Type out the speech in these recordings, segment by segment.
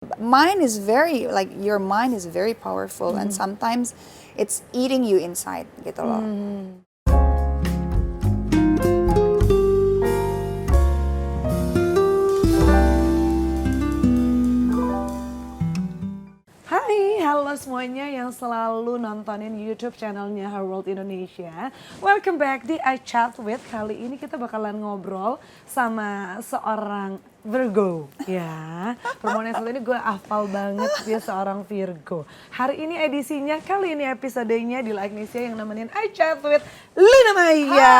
mind is very like your mind is very powerful and sometimes it's eating you inside gitu loh. Hai, halo semuanya yang selalu nontonin YouTube channelnya Her World Indonesia. Welcome back di I Chat With. Kali ini kita bakalan ngobrol sama seorang Virgo. Ya, perempuan yang satu ini gue hafal banget, dia seorang Virgo. Hari ini edisinya, kali ini episodenya di Agnesia yang nemenin I Chat With Luna Maya.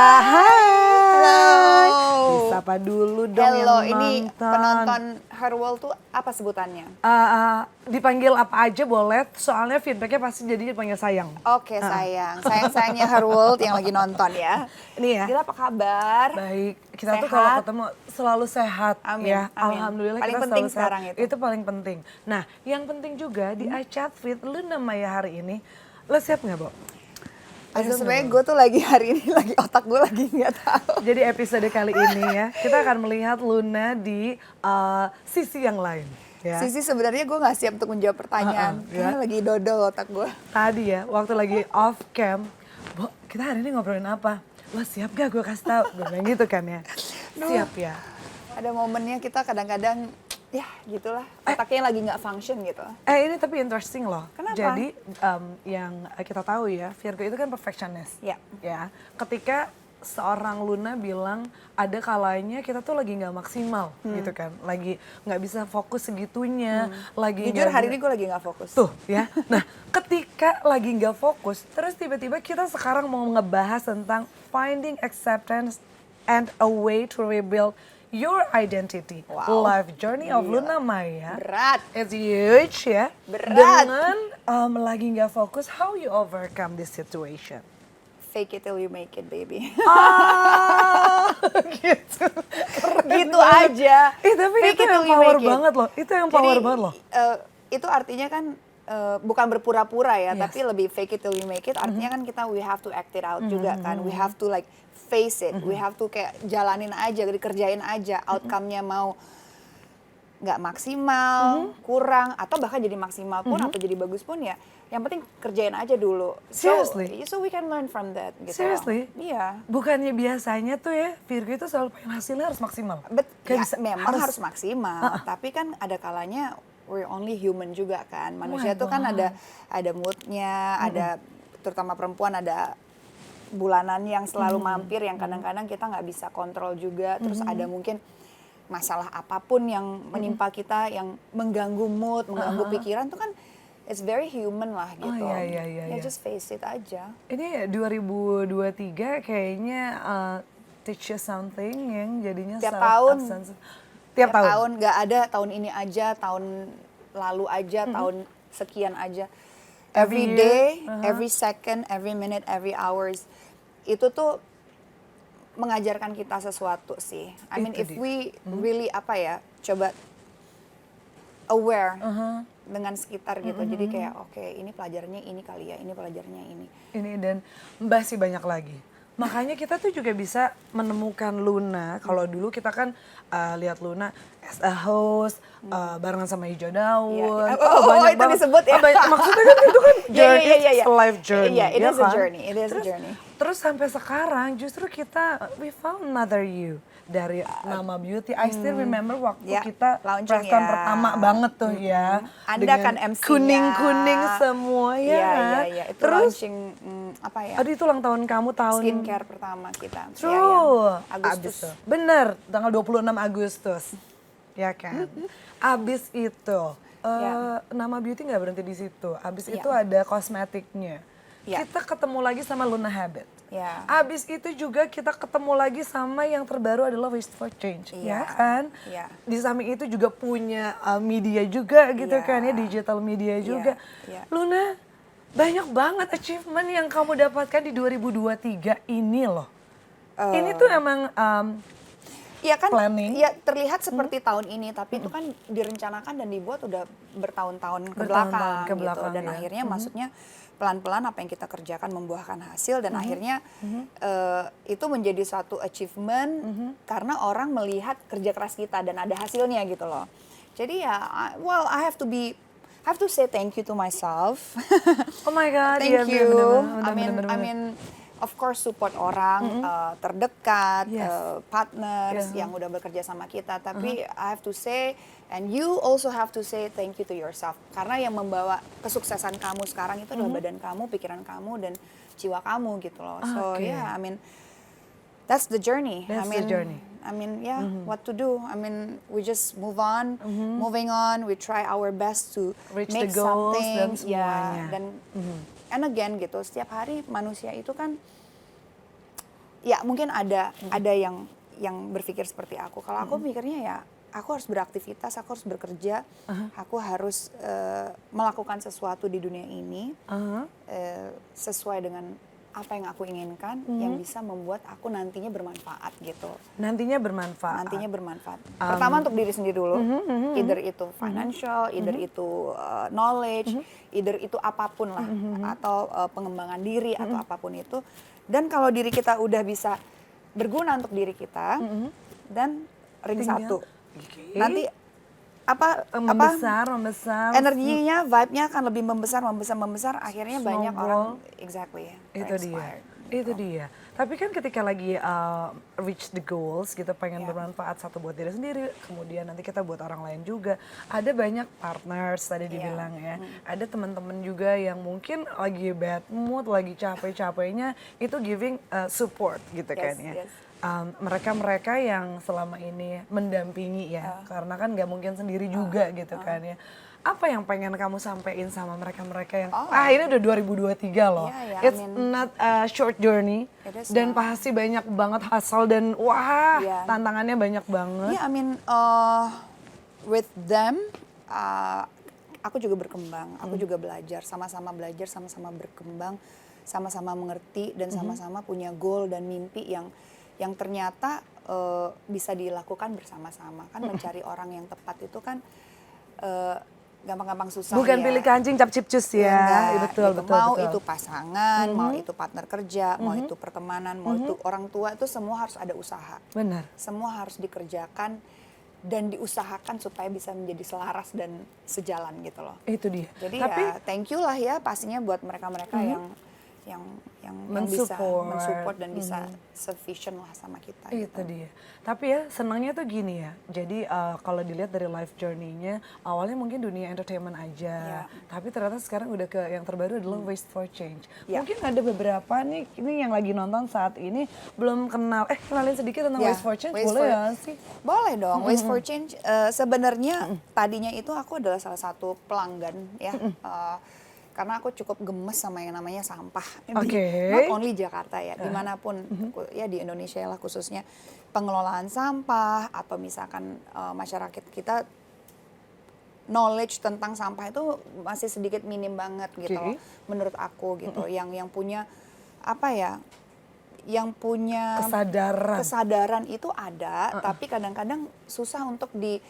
Hai. Disapa dulu dong Hello, yang ini nonton. penonton Her World tuh apa sebutannya? Dipanggil apa aja boleh, soalnya feedbacknya pasti jadi dipanggil sayang. Oke, sayang-sayangnya Her World yang lagi nonton ya. Ini ya. Gila, apa kabar? Baik, kita tuh Sehat? kalau ketemu selalu sehat. Amin, Ya, amin. alhamdulillah Paling kita penting selalu sekarang sehat. itu. Itu paling penting. Nah, yang penting juga di I Chat With Luna Maya hari ini, lo siap nggak, Bo? Aduh, sebenarnya gue tuh lagi hari ini lagi otak gue lagi nggak tahu. Jadi episode kali ini ya, kita akan melihat Luna di sisi yang lain. Ya. Sisi sebenarnya gue nggak siap untuk menjawab pertanyaan. Karena lagi dodol otak gue. Tadi ya, waktu lagi off cam, Bo, kita hari ini ngobrolin apa? Lo siap gak gue kasih tau? Gue bilang gitu kan ya. Siap ya. Ada momennya kita kadang-kadang ya gitulah otaknya lagi nggak function gitu. Ini tapi interesting loh. Kenapa? Jadi yang kita tahu ya, Virgo itu kan perfectionist. Ya. Ya. Ketika seorang Luna bilang ada kalanya kita tuh lagi nggak maksimal gitu kan, lagi nggak bisa fokus segitunya, lagi Jujur nggak hari bisa- ini gue lagi nggak fokus. Tuh ya. Nah, ketika lagi nggak fokus, terus tiba-tiba kita sekarang mau ngebahas tentang finding acceptance and a way to rebuild your identity. Wow. Life journey of Gila. Luna Maya. Berat. It's huge ya. Berat. Dengan lagi nggak fokus, how you overcome this situation? Fake it till you make it, baby. Gitu. Gitu aja. Tapi Fake itu it yang till you power make it. banget loh. Itu yang power Jadi, banget loh. Itu artinya kan bukan berpura-pura ya, Yes. tapi lebih fake it till you make it. Artinya kan kita we have to act it out juga kan. We have to like face it. We have to kayak jalanin aja, dikerjain aja. Outcome-nya mau nggak maksimal, kurang, atau bahkan jadi maksimal pun atau jadi bagus pun ya. Yang penting kerjain aja dulu. Seriously? So we can learn from that gitu. Seriously? Iya. Bukannya biasanya tuh ya, Virgo itu selalu pengen hasilnya harus maksimal. Ya, Bisa- memang harus maksimal, tapi kan ada kalanya we're only human juga kan. Manusia my tuh kan God. ada moodnya, ada terutama perempuan ada bulanan yang selalu mampir yang kadang-kadang kita nggak bisa kontrol juga. Terus ada mungkin masalah apapun yang menimpa kita yang mengganggu mood, mengganggu pikiran tuh kan it's very human lah gitu. iya. Ya just face it aja. Ini 2023 kayaknya teach you something yang jadinya Tiap tahun. self-acceptance. Tiap tahun nggak ada tahun ini aja, tahun lalu aja, tahun sekian aja. Every Every day, year, every second, every minute, every hours. Itu tuh mengajarkan kita sesuatu sih. I mean Itu if dia. we really apa ya, coba aware dengan sekitar gitu. Jadi kayak oke, ini pelajarannya ini kali ya, ini pelajarannya ini. Ini dan masih banyak lagi. Makanya kita tuh juga bisa menemukan Luna. Kalau dulu kita kan lihat Luna as a host, barengan sama Hijau Daun. Iya. Oh, itu disebut ya? Maksudnya kan itu kan journey, Iya. it's a life journey. Iya, it ya is a kan? journey, it is a journey. Terus sampai sekarang justru kita, we found another you. Dari nama Beauty, I still remember waktu Ya, kita launching press con ya. pertama banget tuh ya. Anda Dengan kan MC-nya. kuning-kuning semua ya. Iya. Itu Terus, launching apa ya? aduh itu ulang tahun kamu tahun Skincare pertama kita. True. Ya, Abis Agustus. tuh. Bener, tanggal 26 Agustus. Ya kan? Abis itu, Ya. nama Beauty nggak berhenti di situ. Abis Ya. itu ada kosmetiknya. Ya. Kita ketemu lagi sama Luna Habit. Ya. Abis itu juga kita ketemu lagi sama yang terbaru adalah Waste for Change. Ya Iya. kan? Iya. Di samping itu juga punya media juga gitu Iya. kan ya, digital media juga. Iya. Luna, banyak banget achievement yang kamu dapatkan di 2023 ini loh. Ini tuh emang Iya kan, planning. ya terlihat seperti tahun ini, tapi itu kan direncanakan dan dibuat udah bertahun-tahun ke Bertahun-tahun belakang, ke gitu. belakang, Dan ya. akhirnya maksudnya pelan-pelan apa yang kita kerjakan membuahkan hasil dan akhirnya itu menjadi suatu achievement karena orang melihat kerja keras kita dan ada hasilnya gitu loh. Jadi ya, well, I have to say thank you to myself. Oh my God, Thank iya, you. bener. I mean, of course support orang terdekat, Yes. partners yang udah bekerja sama kita. Tapi I have to say, and you also have to say thank you to yourself. Karena yang membawa kesuksesan kamu sekarang itu adalah badan kamu, pikiran kamu, dan jiwa kamu gitu loh. So Okay. yeah, I mean, that's the journey. That's the journey. I mean, yeah, what to do? I mean, we just move on, moving on. We try our best to Reach make the goals something, dan semuanya. dan and again gitu. Setiap hari manusia itu kan, ya mungkin ada yang berpikir seperti aku. Kalau aku mikirnya ya, aku harus beraktivitas, aku harus bekerja, aku harus melakukan sesuatu di dunia ini sesuai dengan apa yang aku inginkan, yang bisa membuat aku nantinya bermanfaat gitu. Nantinya bermanfaat. Pertama untuk diri sendiri dulu, either itu financial, either itu knowledge, either itu apapun lah, atau pengembangan diri atau apapun itu. Dan kalau diri kita udah bisa berguna untuk diri kita, dan ring satu, nanti membesar. energinya, vibe-nya akan lebih membesar, akhirnya banyak orang Itu dia. Tapi kan ketika lagi reach the goals gitu, pengen bermanfaat satu buat diri sendiri, kemudian nanti kita buat orang lain juga. Ada banyak partners tadi dibilang ya. Ada teman-teman juga yang mungkin lagi bad mood, lagi capek-capeknya, itu giving support gitu kan ya. Mereka-mereka yang selama ini mendampingi ya, karena kan nggak mungkin sendiri juga gitu kan ya. Apa yang pengen kamu sampein sama mereka-mereka yang ini udah 2023 loh. It's not a short journey dan pasti banyak banget hustle dan tantangannya banyak banget. Yeah, I mean with them aku juga berkembang, aku juga belajar, sama-sama berkembang, sama-sama mengerti dan sama-sama punya goal dan mimpi yang ternyata bisa dilakukan bersama-sama. Kan mencari orang yang tepat itu kan gampang-gampang susah. Bukan ya. pilih kancing cap cipcus ya. Betul. Mau itu pasangan, mau itu partner kerja, mau itu pertemanan, mau itu orang tua, itu semua harus ada usaha. Benar. Semua harus dikerjakan dan diusahakan supaya bisa menjadi selaras dan sejalan gitu loh. Itu dia. Jadi ya thank you lah ya pastinya buat mereka-mereka yang bisa mensupport dan bisa sufficient lah sama kita. Itu dia. Tapi ya senangnya tuh gini ya. Jadi kalau dilihat dari life journey-nya, awalnya mungkin dunia entertainment aja. Tapi ternyata sekarang udah ke yang terbaru adalah Waste for Change. Mungkin ada beberapa nih ini yang lagi nonton saat ini belum kenal. Kenalin sedikit tentang Waste for Change, boleh ya sih? Boleh dong. Waste for Change sebenarnya tadinya itu aku adalah salah satu pelanggan ya. Karena aku cukup gemes sama yang namanya sampah. Not only Jakarta ya, dimanapun ya di Indonesia lah khususnya pengelolaan sampah atau misalkan masyarakat kita knowledge tentang sampah itu masih sedikit minim banget gitu loh, menurut aku gitu. Yang punya apa ya? Yang punya kesadaran itu ada, tapi kadang-kadang susah untuk di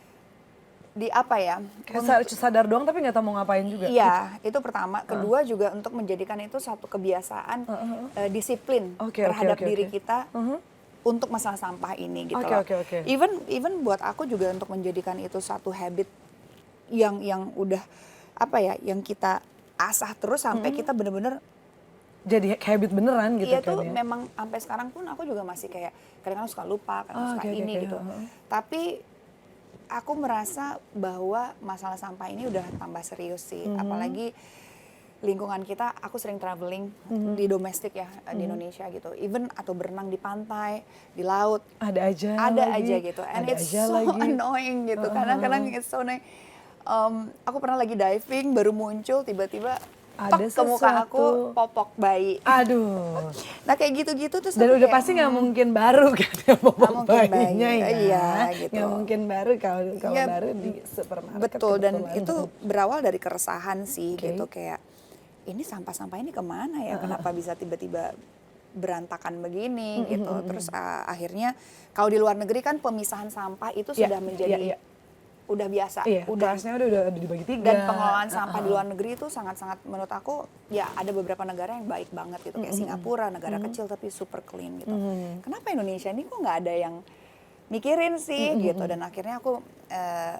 apa ya? Sadar doang tapi nggak tahu mau ngapain juga. Iya, itu pertama. Kedua juga untuk menjadikan itu satu kebiasaan disiplin terhadap diri kita untuk masalah sampah ini gitu loh. Even buat aku juga untuk menjadikan itu satu habit yang udah apa ya, yang kita asah terus sampai kita bener-bener jadi habit beneran gitu kan ya. Iya tuh memang sampai sekarang pun aku juga masih kayak kadang-kadang suka lupa, kadang suka ini gitu. Tapi aku merasa bahwa masalah sampah ini udah tambah serius sih, apalagi lingkungan kita. Aku sering traveling di domestik ya, di Indonesia gitu, even atau berenang di pantai, di laut, ada aja gitu, and it's so annoying gitu. Kadang-kadang it's so annoying. Aku pernah lagi diving, baru muncul tiba-tiba ada ke muka aku popok bayi. Aduh. Nah kayak gitu-gitu tuh. Dan udah pasti nggak mungkin baru kan ya popok bayinya ya. Iya gitu. Nggak mungkin baru kalau ya, baru di supermarket. Betul, dan itu berawal dari keresahan sih gitu, kayak ini sampah-sampah ini kemana ya, kenapa bisa tiba-tiba berantakan begini gitu. Terus akhirnya kalau di luar negeri kan pemisahan sampah itu sudah menjadi udah biasa, kelasnya udah dibagi 3. Dan pengelolaan sampah di luar negeri itu sangat-sangat menurut aku ya ada beberapa negara yang baik banget gitu, kayak Singapura, negara kecil tapi super clean gitu. Kenapa Indonesia ini kok nggak ada yang mikirin sih gitu. Dan akhirnya aku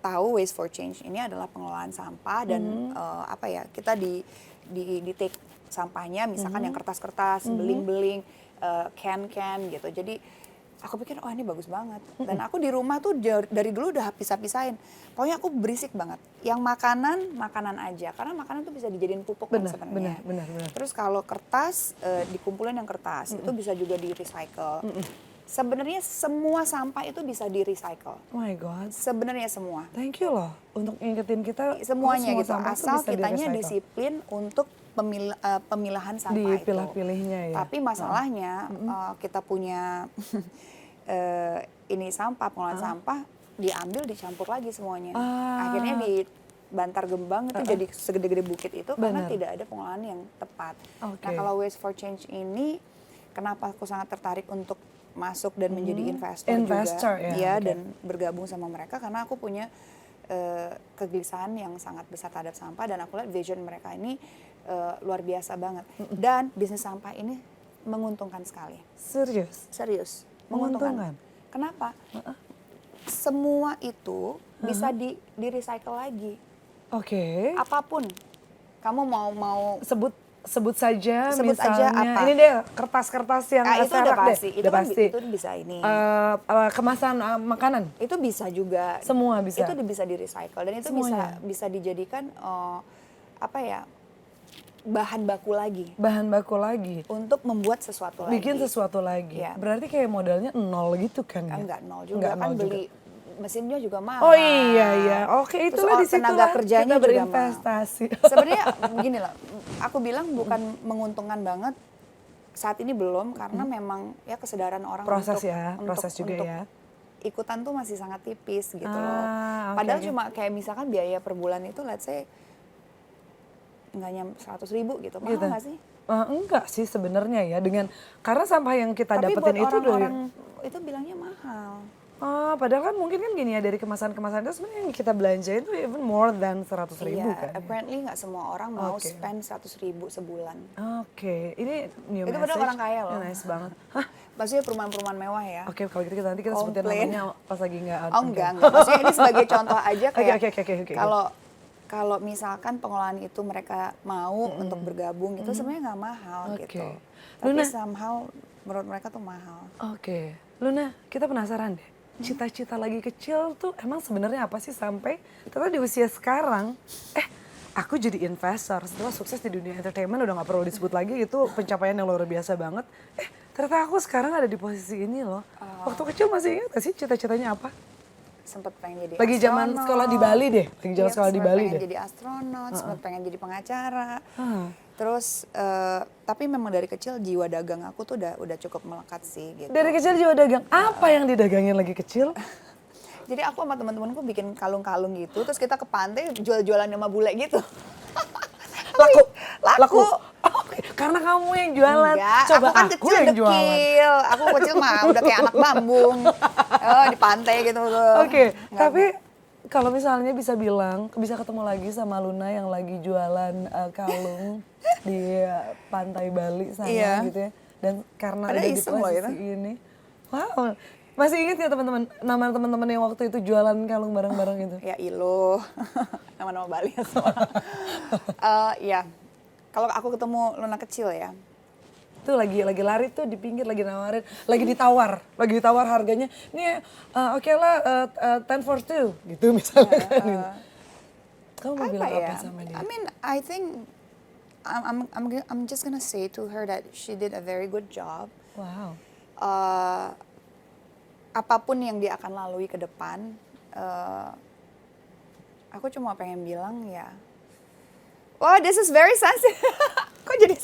tahu Waste for Change ini adalah pengelolaan sampah dan apa ya, kita di take sampahnya, misalkan yang kertas-kertas, beling-beling, can-can gitu. Jadi aku pikir, oh ini bagus banget. Dan aku di rumah tuh dari dulu udah pisah-pisahin. Pokoknya aku berisik banget. Yang makanan aja. Karena makanan tuh bisa dijadiin pupuk kan sebenarnya. Benar. Terus kalau kertas, dikumpulin yang kertas, itu bisa juga di-recycle. Sebenarnya semua sampah itu bisa di-recycle. Oh my God. Sebenarnya semua. Thank you loh untuk ngingetin kita. Semuanya semua gitu. sampah tuh Asal bisa kitanya di-recycle. disiplin untuk pemilahan sampah itu. Dipilah-pilihnya ya. Tapi masalahnya kita punya ini sampah, pengolahan sampah diambil dicampur lagi semuanya. Akhirnya di Bantar Gembang itu jadi segede-gede bukit itu karena tidak ada pengolahan yang tepat. Nah kalau Waste for Change ini, kenapa aku sangat tertarik untuk masuk dan menjadi investor juga, ya, dan bergabung sama mereka karena aku punya kegelisahan yang sangat besar terhadap sampah dan aku lihat vision mereka ini luar biasa banget. Dan bisnis sampah ini menguntungkan sekali. Serius. Menguntungkan. Kenapa? Semua itu bisa di-recycle lagi. Oke. Apapun. Kamu mau sebut saja sebut misalnya aja apa? ini deh kertas-kertas yang itu udah pasti. deh. Itu bisa ini. Kemasan makanan. Itu bisa juga. Semua bisa. Itu bisa di-recycle dan itu bisa dijadikan apa ya? Bahan baku lagi untuk membuat sesuatu lagi. Bikin sesuatu lagi. Ya. Berarti kayak modalnya nol gitu kan ya? Enggak nol juga, kan beli mesinnya juga mahal. Oh iya. Oke, itulah di situ tenaga kerjanya kita berinvestasi. Sebenarnya begini loh, aku bilang bukan menguntungkan banget saat ini belum karena memang ya kesadaran orang proses untuk juga ikutan tuh masih sangat tipis gitu loh. Padahal cuma kayak misalkan biaya per bulan itu let's say nggak nyampe 100.000 gitu, mahal nggak sih? Enggak sih sebenarnya ya, karena sampah yang kita dapetin itu orang itu bilangnya mahal. Padahal kan mungkin kan gini ya, dari kemasan-kemasan itu sebenarnya yang kita belanjain itu even more than 100.000 kan. Apparently nggak semua orang mau spend 100.000 sebulan. Ini new itu padahal orang kaya loh. Nice banget. Maksudnya perumahan-perumahan mewah ya. Kalau gitu nanti kita sebutin namanya pas lagi nggak. Enggak. Maksudnya ini sebagai contoh aja kayak kalau misalkan pengolahan itu mereka mau untuk bergabung itu sebenarnya nggak mahal gitu. Tapi somehow menurut mereka tuh mahal. Luna, kita penasaran deh. Cita-cita lagi kecil tuh emang sebenarnya apa sih sampai ternyata di usia sekarang aku jadi investor setelah sukses di dunia entertainment udah nggak perlu disebut lagi, itu pencapaian yang luar biasa banget. Ternyata aku sekarang ada di posisi ini loh. Waktu kecil masih ingat gak sih cita-citanya apa? Sempet pengen jadi lagi zaman sekolah di Bali deh, pengen jadi astronot, sempet pengen jadi pengacara. Terus tapi memang dari kecil jiwa dagang aku tuh udah cukup melekat sih gitu. Dari kecil jiwa dagang, apa yang didagangin lagi kecil? Jadi aku sama teman-temanku bikin kalung-kalung gitu, terus kita ke pantai jual-jualan sama bule gitu. Laku. Karena kamu yang jualan. Enggak, coba aku kan kecil yang dekil. jualan. Aku kecil mah udah kayak anak bambung. Di pantai gitu. Tapi kalau misalnya bisa ketemu lagi sama Luna yang lagi jualan kalung di pantai Bali sana gitu ya. Dan karena ada di posisi ini. Wow. Masih ingat ya teman-teman, nama teman-teman yang waktu itu jualan kalung bareng-bareng itu? Ya Ilo, nama-nama Bali semua. Ya, kalau aku ketemu Luna kecil ya. Itu lagi lari tuh di pinggir, lagi nawarin, lagi ditawar harganya. Ini oke lah 10 for 2 gitu misalnya kan. Kamu mau bilang apa sama dia? I mean, I think I'm just gonna say to her that she did a very good job. Wow. Apapun yang dia akan lalui ke depan, aku cuma pengen bilang ya, wow, this is very sensitive. Kok jadi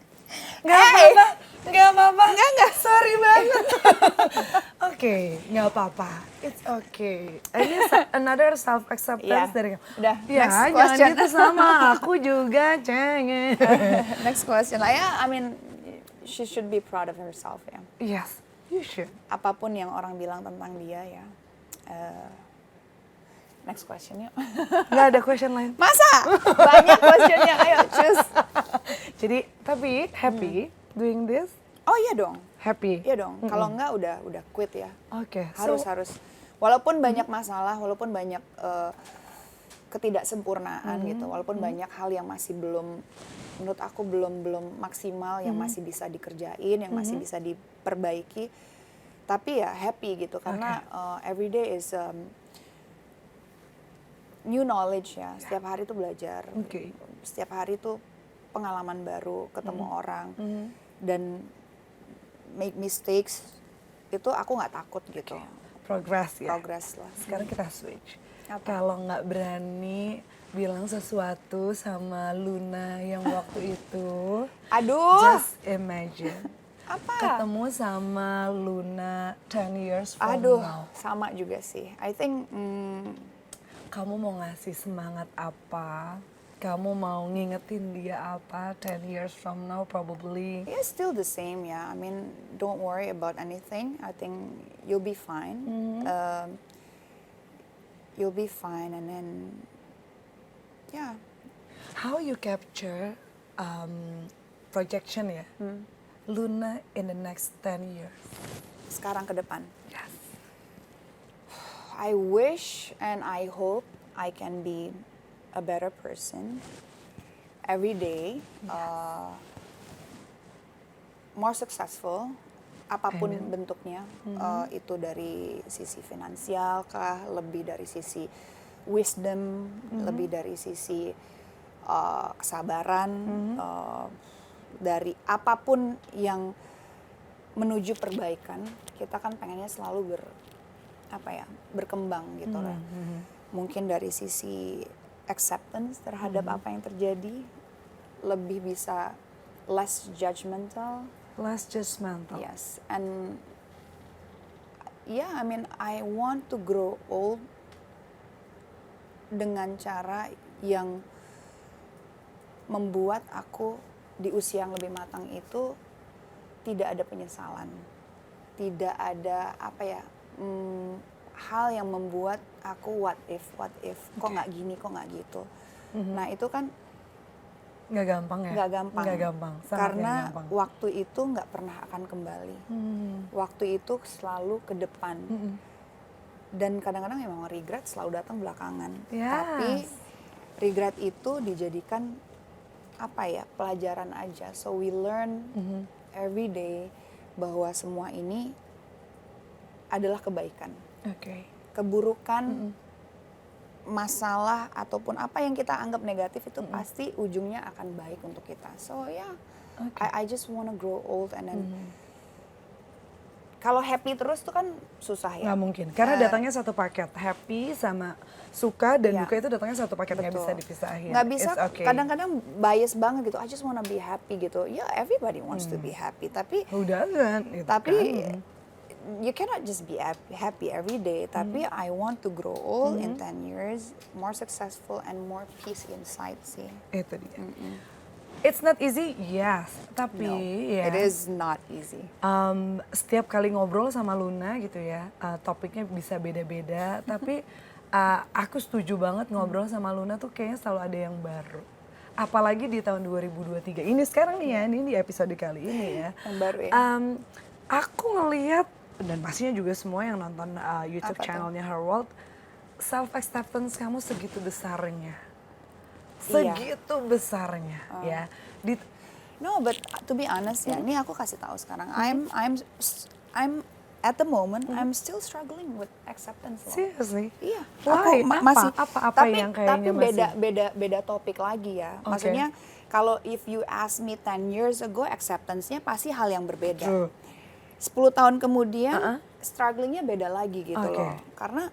Nggak apa-apa. Nggak. Sorry banget. Nggak apa-apa. It's okay. Ini another self acceptance dari kamu. Udah. Ya, jangan gitu sama aku juga, cengeng. Next question lah ya. I mean, she should be proud of herself ya. Yes. You should. Apapun yang orang bilang tentang dia ya. Next question yuk. Nggak ada question lain. Masa? Banyak questionnya, ayo choose. Jadi, tapi happy doing this? Oh iya dong. Happy? Iya dong. Kalau enggak udah quit ya. Oke. Harus. walaupun banyak masalah, walaupun banyak ketidaksempurnaan gitu, walaupun banyak hal yang masih belum, menurut aku belum maksimal, yang masih bisa dikerjain, yang masih bisa diperbaiki, tapi ya happy gitu karena every day is new knowledge ya. Setiap hari tuh belajar, setiap hari tuh pengalaman baru, ketemu orang, dan make mistakes itu aku nggak takut gitu. Progress ya. Progress lah. Sekarang kita switch. Apa? Kalau nggak berani bilang sesuatu sama Luna yang waktu itu, Aduh, just imagine apa? ketemu sama Luna 10 years from Aduh, now. sama juga sih. I think Kamu mau ngasih semangat apa? Kamu mau ngingetin dia apa 10 years from now probably? yeah, still the same ya. I mean, don't worry about anything. I think you'll be fine. You'll be fine, and then yeah. How you capture projection ya? Luna in the next 10 years. Sekarang ke depan. Yes. I wish and I hope I can be a better person every day, more successful, apapun bentuknya, itu dari sisi finansial kah, lebih dari sisi wisdom, lebih dari sisi kesabaran, dari apapun yang menuju perbaikan, kita kan pengennya selalu berkembang gitu lah. Mungkin dari sisi acceptance terhadap apa yang terjadi, lebih bisa less judgmental. Less judgmental. Yes, and yeah, I mean I want to grow old dengan cara yang membuat aku di usia yang lebih matang itu tidak ada penyesalan, tidak ada hal yang membuat aku what if, kok nggak gini, kok nggak gitu. Nah itu kan Nggak gampang ya? nggak gampang, Nggak gampang. Sangat karena nggak gampang. waktu itu nggak pernah akan kembali. Waktu itu selalu ke depan. Dan kadang-kadang memang regret selalu datang belakangan. Yes. Tapi regret itu dijadikan pelajaran aja. So we learn every day bahwa semua ini adalah kebaikan. Keburukan, masalah ataupun apa yang kita anggap negatif itu pasti ujungnya akan baik untuk kita. So yeah, I just wanna grow old and then kalau happy terus tuh kan susah ya. Nggak mungkin, karena datangnya satu paket. Happy sama suka dan duka itu datangnya satu paket, nggak bisa dipisahin. Nggak bisa, kadang-kadang bias banget gitu, I just wanna be happy gitu. Ya, everybody wants to be happy, tapi Who doesn't? Gitu tapi kan? you cannot just be happy every day. Tapi I want to grow old in 10 years, more successful and more peace inside sih. Itu dia. It's not easy, yes. Tapi No, ya. it is not easy. Setiap kali ngobrol sama Luna gitu ya, topiknya bisa beda-beda. Tapi aku setuju banget ngobrol sama Luna tuh kayaknya selalu ada yang baru. Apalagi di tahun 2023. Ini sekarang nih ya, ini di episode kali ini ya. Yang baru ya. Aku ngelihat, dan pastinya juga semua yang nonton YouTube channelnya Her World, self acceptance kamu segitu besarnya. Segitu besarnya ya. No, but to be honest ya, ini aku kasih tahu sekarang. I'm at the moment I'm still struggling with acceptance loh. Seriously? Iya. Why? Aku masih apa tapi, yang kayaknya beda topik lagi ya. Maksudnya kalau if you ask me 10 years ago, acceptance-nya pasti hal yang berbeda. True. 10 tahun kemudian strugglingnya beda lagi gitu loh. Karena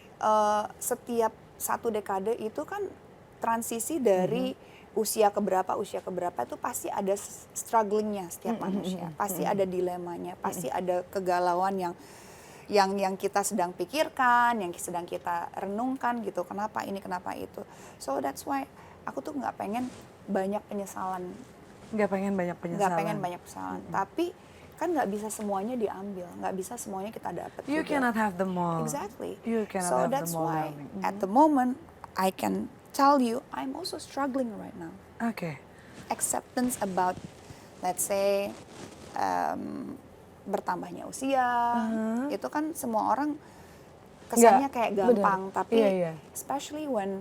setiap satu dekade itu kan transisi dari usia keberapa itu pasti ada strugglingnya setiap manusia. Pasti ada dilemanya, pasti ada kegalauan yang kita sedang pikirkan, yang sedang kita renungkan gitu. Kenapa ini, kenapa itu. So that's why aku tuh nggak pengen banyak penyesalan. Nggak pengen banyak penyesalan. Tapi kan nggak bisa semuanya diambil, nggak bisa semuanya kita dapat. You cannot have them all. Exactly. You cannot so have that's them all. why at the moment I can tell you I'm also struggling right now. Acceptance about, let's say, bertambahnya usia, itu kan semua orang kesannya kayak bener. gampang, tapi Iya. especially when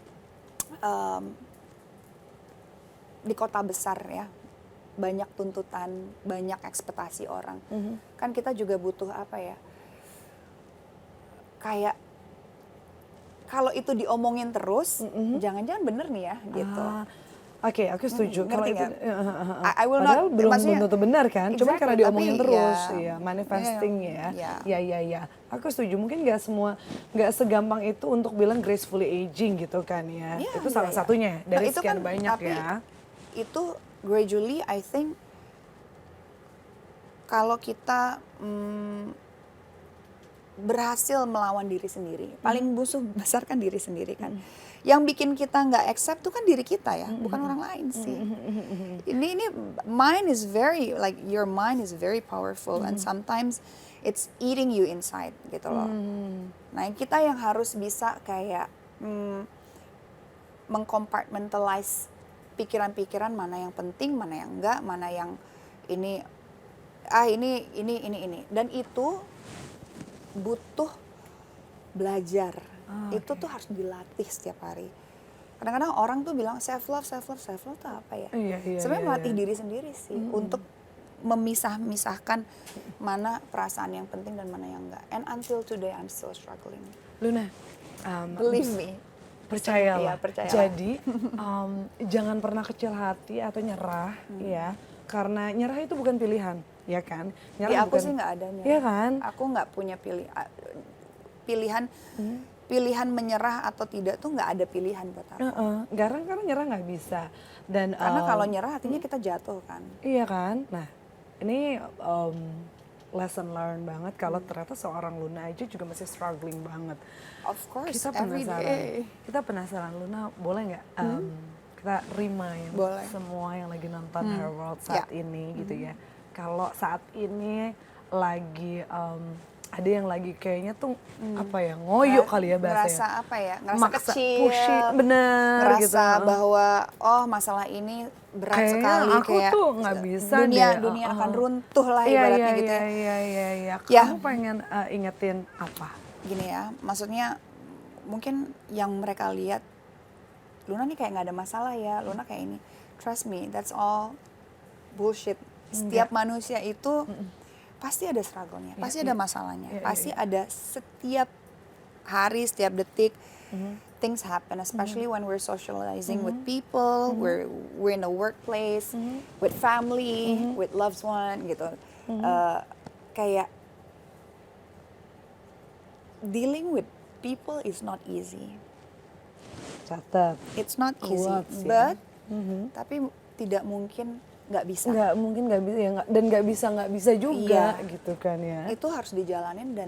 di kota besar ya, banyak tuntutan, banyak ekspektasi orang. Kan kita juga butuh apa ya, kayak kalau itu diomongin terus, jangan-jangan bener nih ya gitu. Oke, aku setuju. Kalau Ngerti itu, nggak? I will padahal not, belum maksudnya tentu benar kan? Cuma karena exactly, diomongin tapi terus, ya, ya manifesting ya. ya. Aku setuju. Mungkin nggak segampang itu untuk bilang gracefully aging gitu kan ya. Ya, Itu salah ya. satunya dari Itu sekian kan, banyak tapi ya. itu gradually I think kalau kita berhasil melawan diri sendiri, paling musuh besar kan diri sendiri kan. Yang bikin kita nggak accept tuh kan diri kita ya, bukan orang lain sih. Ini mind is very, like your mind is very powerful and sometimes it's eating you inside gitu loh. Nah kita yang harus bisa kayak mengcompartmentalize pikiran-pikiran, mana yang penting, mana yang enggak, mana yang ini dan itu butuh belajar. Itu tuh harus dilatih setiap hari. Kadang-kadang orang tuh bilang self love tuh apa ya? Sebenarnya melatih diri sendiri sih untuk memisah-misahkan mana perasaan yang penting dan mana yang enggak. And until today I'm still struggling. Luna, Believe me. percayalah. Iya, percayalah. Jadi jangan pernah kecil hati atau nyerah ya. Karena nyerah itu bukan pilihan, ya kan? Nyerah Di aku bukan, sih nggak ada nyerah. Iya kan? Aku nggak punya pilihan menyerah atau tidak tuh nggak ada pilihan buat aku. Karena nyerah nggak bisa. Dan Karena kalau nyerah artinya kita jatuh kan. iya kan? Nah, ini lesson learned banget kalau ternyata seorang Luna aja juga masih struggling banget. Of course, Kita every penasaran. day. Kita penasaran, Luna, boleh nggak kita remind Boleh. semua yang lagi nonton Her World saat ini gitu ya. Kalau saat ini lagi ada yang lagi kayaknya tuh apa ya, ngoyo kali ya bahasanya. Ngerasa apa ya? Ngerasa Maksa, kecil. pushy, bener ngerasa gitu. bahwa oh masalah ini berat Kayaknya sekali, aku kayak tuh nggak bisa dunia akan runtuh lah ibaratnya gitu ya. Iya. Ya. Kamu pengen ingetin apa? Gini ya, maksudnya mungkin yang mereka lihat Luna nih kayak nggak ada masalah ya, Luna kayak ini. Trust me, that's all bullshit. Setiap manusia itu pasti ada struggle-nya, pasti ada masalahnya, pasti ada setiap hari, setiap detik. Things happen, especially when we're socializing with people, we're in a workplace, with family, with loved one gitu. Kayak dealing with people is not easy. Catat. It's not easy, Quotes, but tapi tidak mungkin nggak bisa. Nggak mungkin nggak bisa ya, dan nggak bisa juga gitu kan ya. Itu harus dijalanin dan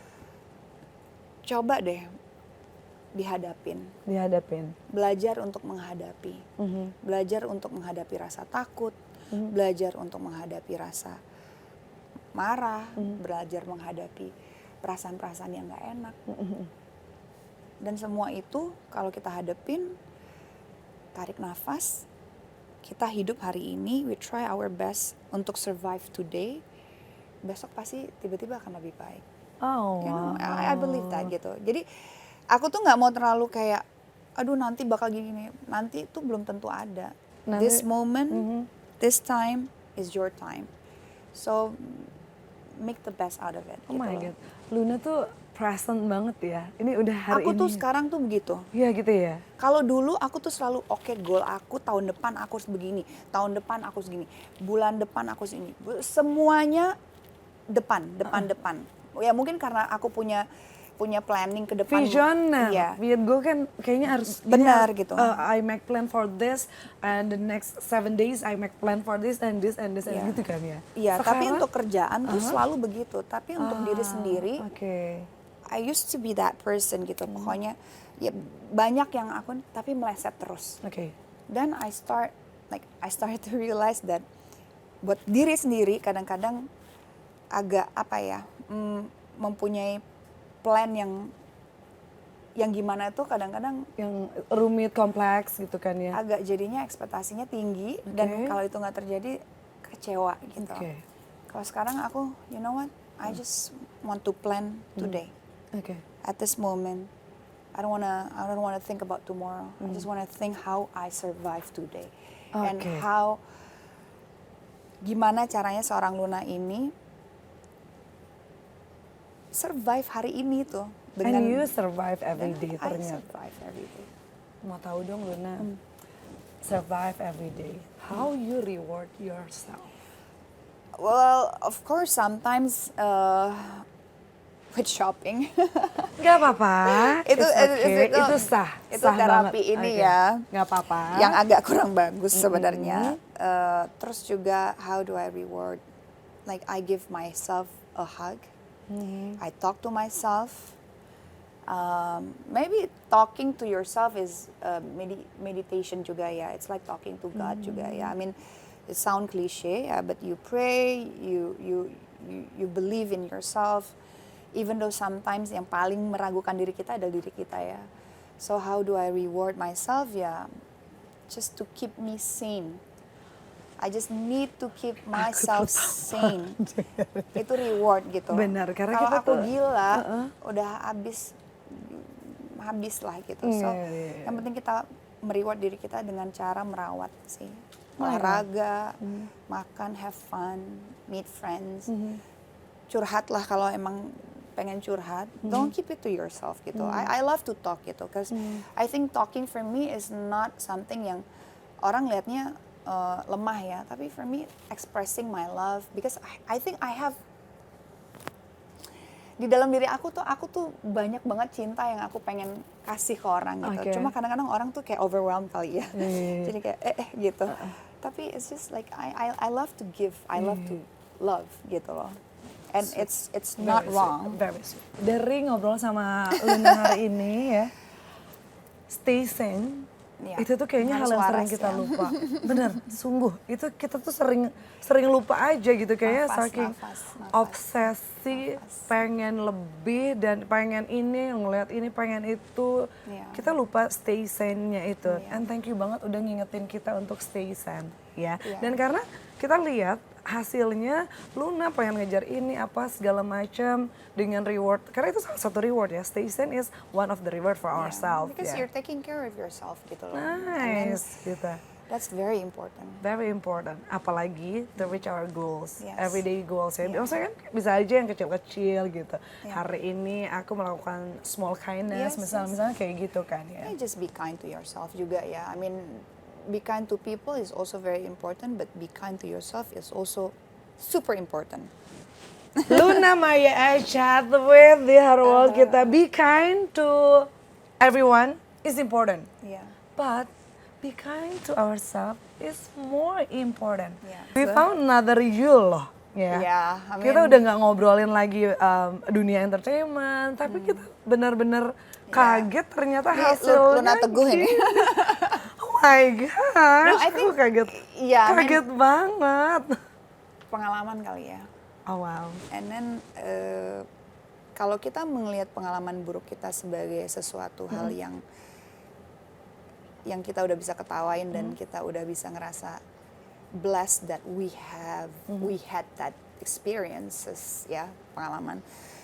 coba deh dihadapin. Belajar untuk menghadapi. Belajar untuk menghadapi rasa takut, belajar untuk menghadapi rasa marah, belajar menghadapi perasaan-perasaan yang nggak enak. Dan semua itu kalau kita hadapin, tarik nafas, kita hidup hari ini, we try our best untuk survive today, besok pasti tiba-tiba akan lebih baik. You know, I believe that gitu. Jadi aku tuh nggak mau terlalu kayak, aduh nanti bakal gini, nanti itu belum tentu ada. This moment, this time is your time. So make the best out of it. Oh gitu my loh. God, Luna tuh present banget ya. Ini udah hari Aku ini. tuh sekarang tuh begitu. Iya gitu ya. Kalau dulu aku tuh selalu oke, goal aku tahun depan aku harus begini, tahun depan aku segini, bulan depan aku segini. Semuanya depan. Ya mungkin karena aku punya planning ke depan. Vision, Iya. gue kan kayaknya harus Benar gitu. I make plan for this and the next 7 days I make plan for this and this and Iya. gitu kan ya. Iya, tapi Sekarang, untuk kerjaan tuh selalu begitu. Tapi untuk diri sendiri, I used to be that person gitu. Pokoknya ya banyak yang aku tapi meleset terus. Dan I start to realize that buat diri sendiri kadang-kadang agak apa ya, mempunyai plan yang gimana tuh kadang-kadang yang rumit, kompleks gitu kan ya. agak jadinya ekspektasinya tinggi dan kalau itu nggak terjadi kecewa gitu. Kalau sekarang aku, you know what, I just want to plan today. at this moment, I don't wanna think about tomorrow. I just wanna think how I survive today. And Okay. gimana caranya seorang Luna ini survive hari ini tuh. And you survive every dan day I ternyata. survive every day. Mau tahu dong Luna, survive every day. How you reward yourself? Well, of course, sometimes with shopping. Gak apa-apa, Itu- it's okay. itu- Itu sah, itu sah terapi banget. ini Okay. ya. Gak apa-apa. Yang agak kurang bagus sebenarnya. Terus juga, how do I reward? Like I give myself a hug. I talk to myself. Maybe talking to yourself is meditation juga ya. It's like talking to God juga ya. I mean, it sound cliche ya, but you pray, you believe in yourself. Even though sometimes yang paling meragukan diri kita adalah diri kita ya. So how do I reward myself ya? Just to keep me sane. I just need to keep myself sane. Itu reward gitu. Benar, karena kalau kita aku tuh- gila, udah habis lah gitu. So, Iya. yang penting kita mereward diri kita dengan cara merawat sih. Olahraga, makan, have fun, meet friends. Curhat lah kalau emang pengen curhat. Don't keep it to yourself gitu. I love to talk gitu. Because I think talking for me is not something yang orang lihatnya lemah ya. Tapi for me, expressing my love. Because I think I have di dalam diri aku tuh banyak banget cinta yang aku pengen kasih ke orang gitu. Okay. Cuma kadang-kadang orang tuh kayak overwhelmed kali ya. Iya. Jadi kayak gitu. Tapi it's just like I love to give, I love to love gitu loh. And it's not Very wrong. sweet, very sweet. Dari ngobrol sama Luna hari ini ya, stay sane. Iya. Itu tuh kayaknya hal Harus yang sering waras kita ya. lupa. Bener, sungguh. Itu kita tuh sering lupa aja gitu. Kayaknya saking Nafas. obsesi, pengen lebih dan pengen ini, ngeliat ini, pengen itu. Iya. Kita lupa stay sane-nya itu. Iya. And thank you banget udah ngingetin kita untuk stay sane. Ya. Iya. Dan karena kita lihat hasilnya Luna pengen ngejar ini apa segala macam dengan reward, karena itu salah satu reward ya. Stay sane is one of the reward for Yeah, ourselves. because ya. you're taking care of yourself gitu loh. And then Nice gitu. that's very important. Very important, apalagi to reach our goals, Yes. everyday goals ya. Yeah. Maksudnya kan bisa aja yang kecil-kecil gitu. Yeah. Hari ini aku melakukan small kindness, Yes, misalnya kayak gitu kan ya. Yeah, just be kind to yourself juga ya. I mean, be kind to people is also very important, but be kind to yourself is also super important. Luna Maya chat with the Her World kita. Be kind to everyone is important, Yeah. but be kind to ourselves is more important. Yeah. We found another you loh. Ya. Yeah, I mean- Kita udah nggak ngobrolin lagi dunia entertainment, tapi kita benar-benar kaget ternyata Ini hasilnya. Luna Teguh ini. gini. Oh my gosh, No, I aku think- kaget, yeah, I mean- kaget banget. Pengalaman kali ya. Oh wow. And then kalau kita melihat pengalaman buruk kita sebagai sesuatu hal yang kita udah bisa ketawain dan kita udah bisa ngerasa blessed that we had that experiences ya, pengalaman.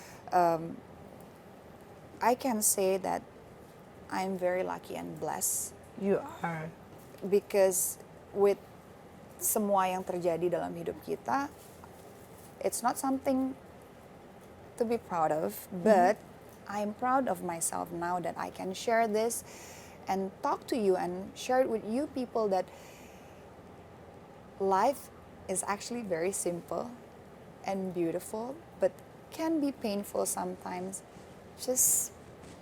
I can say that I'm very lucky and blessed You are. because with semua yang terjadi dalam hidup kita, it's not something to be proud of, but I'm proud of myself now that I can share this and talk to you and share it with you people that life is actually very simple and beautiful, but can be painful sometimes. Just,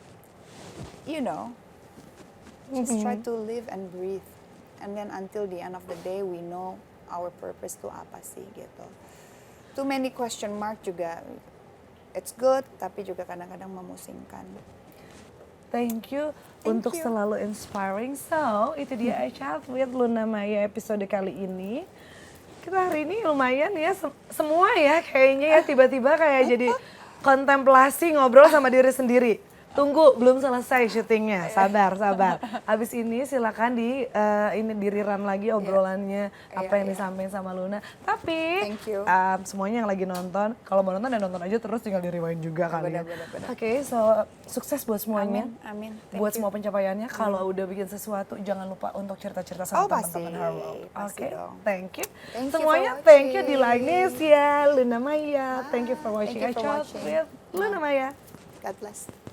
try to live and breathe. And then until the end of the day, we know our purpose to apa sih gitu. Too many question mark juga, it's good, tapi juga kadang-kadang memusingkan. Thank you Thank untuk you. selalu inspiring. So, itu dia I Chat with Luna Maya episode kali ini. Kita hari ini lumayan ya, semua ya kayaknya ya tiba-tiba kayak jadi kontemplasi ngobrol sama diri sendiri. Tunggu, belum selesai syutingnya. Sabar. Habis ini silakan ini di-rerun lagi obrolannya apa yang disampaikan sama Luna. Tapi Thank you. Semuanya yang lagi nonton, kalau mau nonton ya nonton aja terus tinggal di-rewind juga kali ya. Benar. Oke, so sukses buat semuanya. Amin. Buat semua pencapaiannya. Kalau udah bikin sesuatu jangan lupa untuk cerita-cerita sama teman-teman Herworld. Pasti Oke, dong. thank you. Thank you Semuanya for thank you watching. di Agnesia, Luna Maya. Thank you for watching Thank you for I Chat watching. with Luna Maya. God bless.